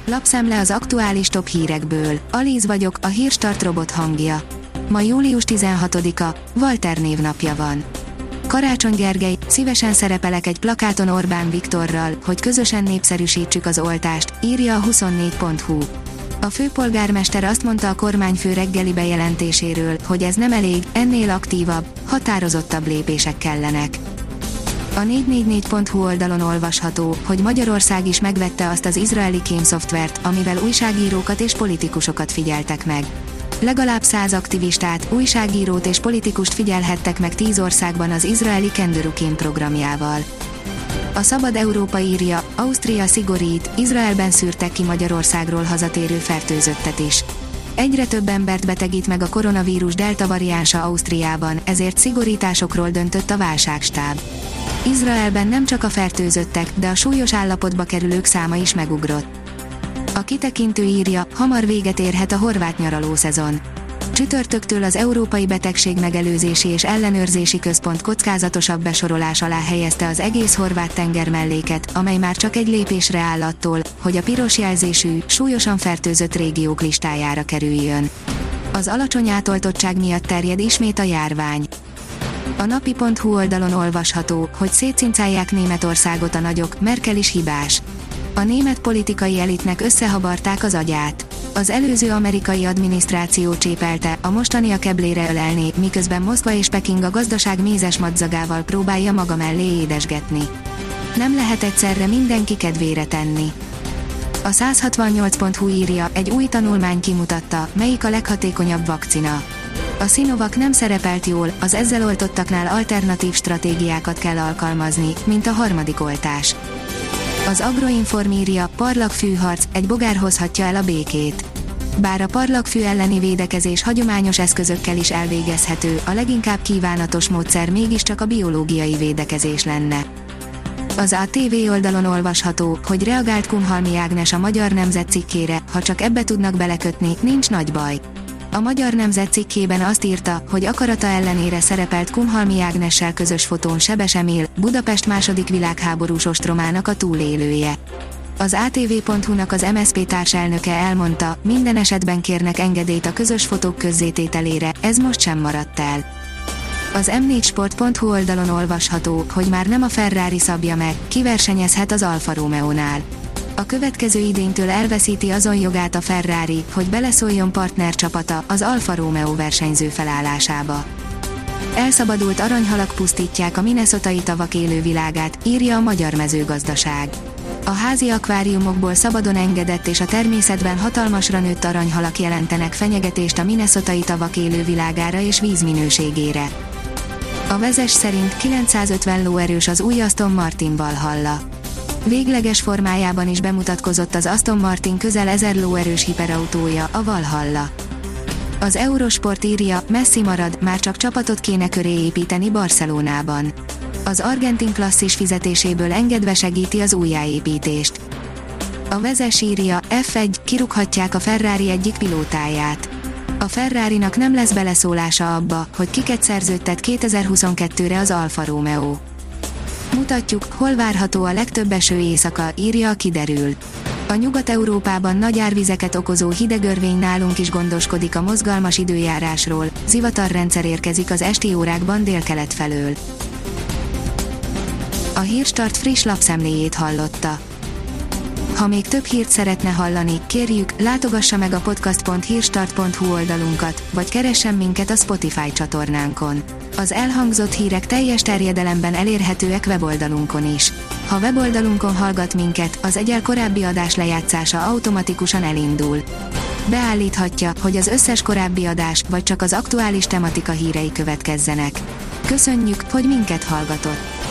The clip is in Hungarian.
Lapszemle az aktuális top hírekből. Alíz vagyok, a Hírstart robot hangja. Ma július 16-a, Walter névnapja van. Karácsony Gergely, szívesen szerepelek egy plakáton Orbán Viktorral, hogy közösen népszerűsítsük az oltást, írja a 24.hu. A főpolgármester azt mondta a kormányfő reggeli bejelentéséről, hogy ez nem elég, ennél aktívabb, határozottabb lépések kellenek. A 444.hu oldalon olvasható, hogy Magyarország is megvette azt az izraeli kémszoftvert, amivel újságírókat és politikusokat figyeltek meg. Legalább 100 aktivistát, újságírót és politikust figyelhettek meg 10 országban az izraeli Kenderukén programjával. A Szabad Európa írja, Ausztria szigorít, Izraelben szűrtek ki Magyarországról hazatérő fertőzöttet is. Egyre több embert betegít meg a koronavírus delta variánsa Ausztriában, ezért szigorításokról döntött a válságstáb. Izraelben nem csak a fertőzöttek, de a súlyos állapotba kerülők száma is megugrott. A kitekintő írja, hamar véget érhet a horvát nyaralószezon. Csütörtöktől az Európai Betegség Megelőzési és Ellenőrzési Központ kockázatosabb besorolás alá helyezte az egész horvát tengermelléket, amely már csak egy lépésre áll attól, hogy a piros jelzésű, súlyosan fertőzött régiók listájára kerüljön. Az alacsony átoltottság miatt terjed ismét a járvány. A napi.hu oldalon olvasható, hogy szétcincálják Németországot a nagyok, Merkel is hibás. A német politikai elitnek összehabarták az agyát. Az előző amerikai adminisztráció csépelte, a mostani a keblére ölelné, miközben Moszkva és Peking a gazdaság mézes madzagával próbálja maga mellé édesgetni. Nem lehet egyszerre mindenki kedvére tenni. A 168.hu írja, egy új tanulmány kimutatta, melyik a leghatékonyabb vakcina. A Sinovac nem szerepelt jól, az ezzel oltottaknál alternatív stratégiákat kell alkalmazni, mint a harmadik oltás. Az Agroinform írja, parlagfűharc, egy bogár hozhatja el a békét. Bár a parlagfű elleni védekezés hagyományos eszközökkel is elvégezhető, a leginkább kívánatos módszer mégiscsak a biológiai védekezés lenne. Az ATV oldalon olvasható, hogy reagált Kunhalmi Ágnes a Magyar Nemzet cikkére, ha csak ebbe tudnak belekötni, nincs nagy baj. A Magyar Nemzet cikkében azt írta, hogy akarata ellenére szerepelt Kunhalmi Ágnessel közös fotón Sebes Emil, Budapest második világháborús ostromának a túlélője. Az ATV.hu-nak az MSZP társelnöke elmondta, minden esetben kérnek engedélyt a közös fotók közzétételére, ez most sem maradt el. Az m4sport.hu oldalon olvasható, hogy már nem a Ferrari szabja meg, ki versenyezhet az Alfa Romeo-nál. A következő idénytől elveszíti azon jogát a Ferrari, hogy beleszóljon partnercsapata, az Alfa Romeo versenyző felállásába. Elszabadult aranyhalak pusztítják a minnesotai tavak élővilágát, írja a Magyar Mezőgazdaság. A házi akváriumokból szabadon engedett és a természetben hatalmasra nőtt aranyhalak jelentenek fenyegetést a minnesotai tavak élővilágára és vízminőségére. A Vezes szerint 950 lóerős az új Aston Martin Valhalla. Végleges formájában is bemutatkozott az Aston Martin közel 1000 lóerős hiperautója, a Valhalla. Az Eurosport írja, Messi marad, már csak csapatot kéne köré építeni Barcelonában. Az argentin klasszis fizetéséből engedve segíti az újjáépítést. A Vezes írja, F1, kirúghatják a Ferrari egyik pilótáját. A Ferrarinak nem lesz beleszólása abba, hogy kiket szerződtet 2022-re az Alfa Romeo. Mutatjuk, hol várható a legtöbb eső éjszaka, írja a Kiderül. A Nyugat-Európában nagy árvizeket okozó hidegörvény nálunk is gondoskodik a mozgalmas időjárásról, zivatarrendszer érkezik az esti órákban délkelet felől. A Hírstart friss lapszemléjét hallotta. Ha még több hírt szeretne hallani, kérjük, látogassa meg a podcast.hírstart.hu oldalunkat, vagy keressen minket a Spotify csatornánkon. Az elhangzott hírek teljes terjedelemben elérhetőek weboldalunkon is. Ha weboldalunkon hallgat minket, az egyel korábbi adás lejátszása automatikusan elindul. Beállíthatja, hogy az összes korábbi adás, vagy csak az aktuális tematika hírei következzenek. Köszönjük, hogy minket hallgatott!